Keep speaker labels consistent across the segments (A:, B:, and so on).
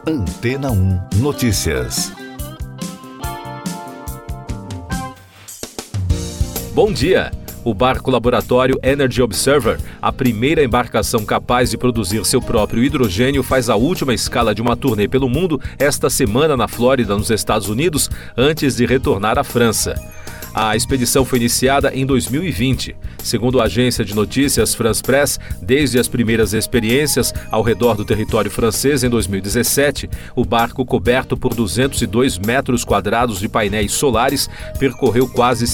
A: Antena 1 Notícias.
B: Bom dia! O barco laboratório Energy Observer, a primeira embarcação capaz de produzir seu próprio hidrogênio, faz a última escala de uma turnê pelo mundo esta semana na Flórida, nos Estados Unidos, antes de retornar à França. A expedição foi iniciada em 2020. Segundo a agência de notícias France Press, desde as primeiras experiências ao redor do território francês em 2017, o barco, coberto por 202 metros quadrados de painéis solares, percorreu quase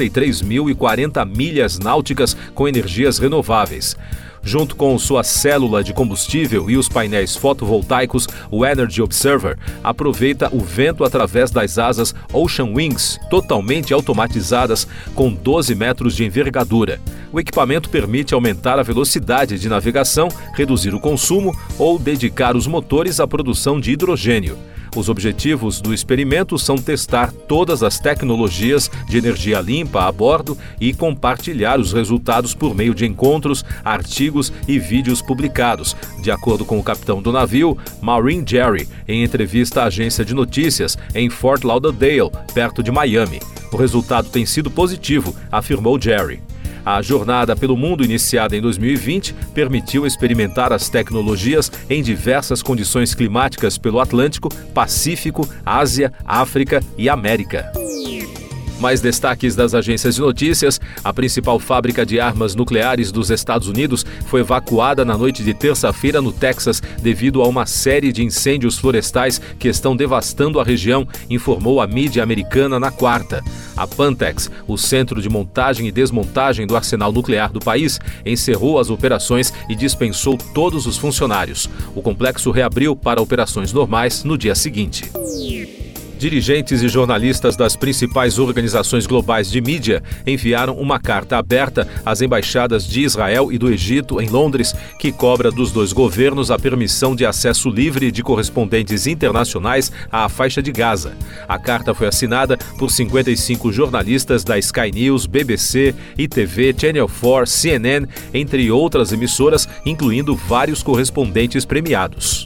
B: 63.040 milhas náuticas com energias renováveis. Junto com sua célula de combustível e os painéis fotovoltaicos, o Energy Observer aproveita o vento através das asas Ocean Wings, totalmente automatizadas, com 12 metros de envergadura. O equipamento permite aumentar a velocidade de navegação, reduzir o consumo ou dedicar os motores à produção de hidrogênio. Os objetivos do experimento são testar todas as tecnologias de energia limpa a bordo e compartilhar os resultados por meio de encontros, artigos e vídeos publicados, de acordo com o capitão do navio, Maureen Jerry, em entrevista à agência de notícias em Fort Lauderdale, perto de Miami. O resultado tem sido positivo, afirmou Jerry. A jornada pelo mundo, iniciada em 2020, permitiu experimentar as tecnologias em diversas condições climáticas pelo Atlântico, Pacífico, Ásia, África e América. Mais destaques das agências de notícias: a principal fábrica de armas nucleares dos Estados Unidos foi evacuada na noite de terça-feira no Texas devido a uma série de incêndios florestais que estão devastando a região, informou a mídia americana na quarta. A Pantex, o centro de montagem e desmontagem do arsenal nuclear do país, encerrou as operações e dispensou todos os funcionários. O complexo reabriu para operações normais no dia seguinte. Dirigentes e jornalistas das principais organizações globais de mídia enviaram uma carta aberta às embaixadas de Israel e do Egito, em Londres, que cobra dos dois governos a permissão de acesso livre de correspondentes internacionais à faixa de Gaza. A carta foi assinada por 55 jornalistas da Sky News, BBC, ITV, Channel 4, CNN, entre outras emissoras, incluindo vários correspondentes premiados.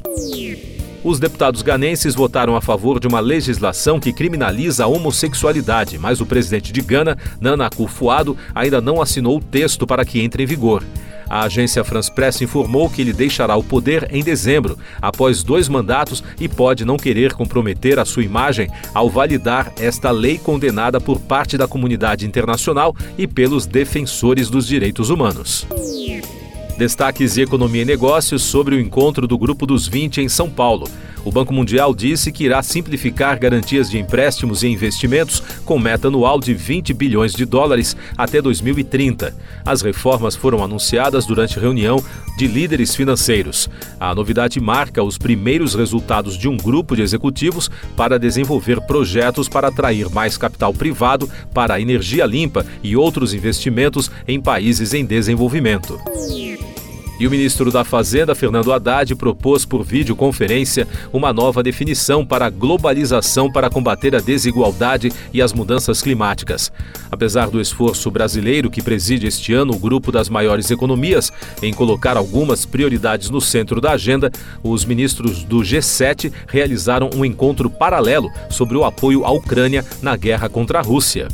B: Os deputados ganenses votaram a favor de uma legislação que criminaliza a homossexualidade, mas o presidente de Gana, Nana Akufo-Addo, ainda não assinou o texto para que entre em vigor. A agência France Press informou que ele deixará o poder em dezembro, após 2 mandatos, e pode não querer comprometer a sua imagem ao validar esta lei condenada por parte da comunidade internacional e pelos defensores dos direitos humanos. Destaques de economia e negócios sobre o encontro do Grupo dos 20 em São Paulo. O Banco Mundial disse que irá simplificar garantias de empréstimos e investimentos com meta anual de 20 bilhões de dólares até 2030. As reformas foram anunciadas durante reunião de líderes financeiros. A novidade marca os primeiros resultados de um grupo de executivos para desenvolver projetos para atrair mais capital privado para a energia limpa e outros investimentos em países em desenvolvimento. E o ministro da Fazenda, Fernando Haddad, propôs por videoconferência uma nova definição para a globalização para combater a desigualdade e as mudanças climáticas. Apesar do esforço brasileiro que preside este ano o grupo das maiores economias em colocar algumas prioridades no centro da agenda, os ministros do G7 realizaram um encontro paralelo sobre o apoio à Ucrânia na guerra contra a Rússia.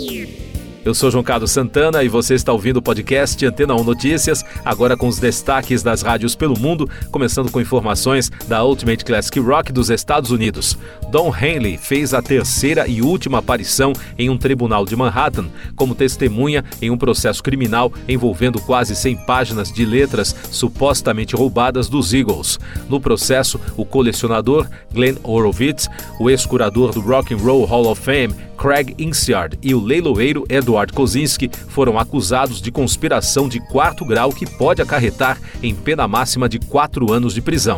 B: Eu sou João Carlos Santana e você está ouvindo o podcast Antena 1 Notícias, agora com os destaques das rádios pelo mundo, começando com informações da Ultimate Classic Rock dos Estados Unidos. Don Henley fez a terceira e última aparição em um tribunal de Manhattan como testemunha em um processo criminal envolvendo quase 100 páginas de letras supostamente roubadas dos Eagles. No processo, o colecionador Glenn Horowitz, o ex-curador do Rock and Roll Hall of Fame, Craig Insiard, e o leiloeiro Edward Kosinski foram acusados de conspiração de 4º grau que pode acarretar em pena máxima de 4 anos de prisão.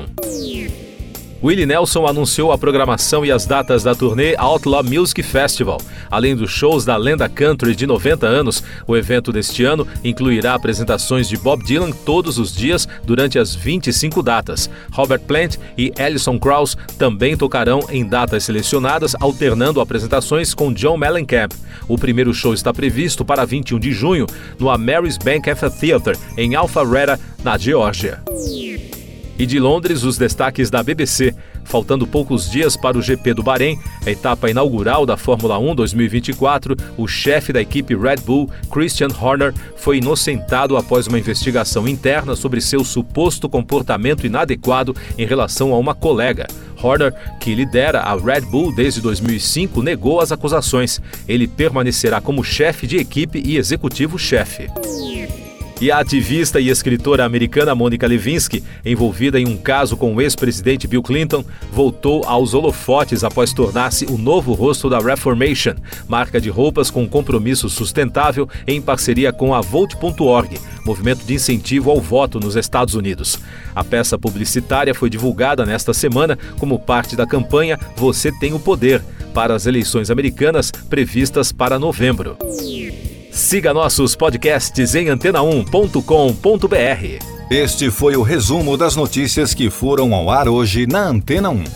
B: Willie Nelson anunciou a programação e as datas da turnê Outlaw Music Festival. Além dos shows da lenda country de 90 anos, o evento deste ano incluirá apresentações de Bob Dylan todos os dias durante as 25 datas. Robert Plant e Alison Krauss também tocarão em datas selecionadas, alternando apresentações com John Mellencamp. O primeiro show está previsto para 21 de junho no Ameris Bank Amphitheater, em Alpharetta, na Geórgia. E de Londres, os destaques da BBC. Faltando poucos dias para o GP do Bahrein, a etapa inaugural da Fórmula 1 2024, o chefe da equipe Red Bull, Christian Horner, foi inocentado após uma investigação interna sobre seu suposto comportamento inadequado em relação a uma colega. Horner, que lidera a Red Bull desde 2005, negou as acusações. Ele permanecerá como chefe de equipe e executivo-chefe. E a ativista e escritora americana Monica Lewinsky, envolvida em um caso com o ex-presidente Bill Clinton, voltou aos holofotes após tornar-se o novo rosto da Reformation, marca de roupas com compromisso sustentável em parceria com a Vote.org, movimento de incentivo ao voto nos Estados Unidos. A peça publicitária foi divulgada nesta semana como parte da campanha Você Tem o Poder, para as eleições americanas previstas para novembro. Siga nossos podcasts em antena1.com.br.
A: Este foi o resumo das notícias que foram ao ar hoje na Antena 1.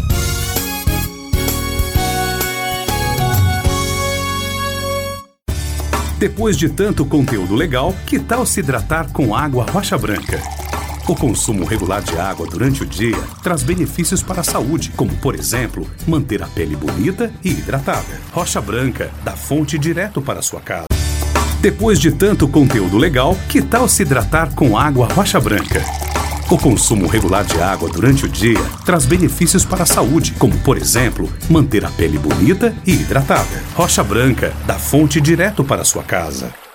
C: Depois de tanto conteúdo legal, que tal se hidratar com água Rocha Branca? O consumo regular de água durante o dia traz benefícios para a saúde, como, por exemplo, manter a pele bonita e hidratada. Rocha Branca, da fonte direto para a sua casa. Depois de tanto conteúdo legal, que tal se hidratar com água Rocha Branca? O consumo regular de água durante o dia traz benefícios para a saúde, como, por exemplo, manter a pele bonita e hidratada. Rocha Branca, da fonte direto para a sua casa.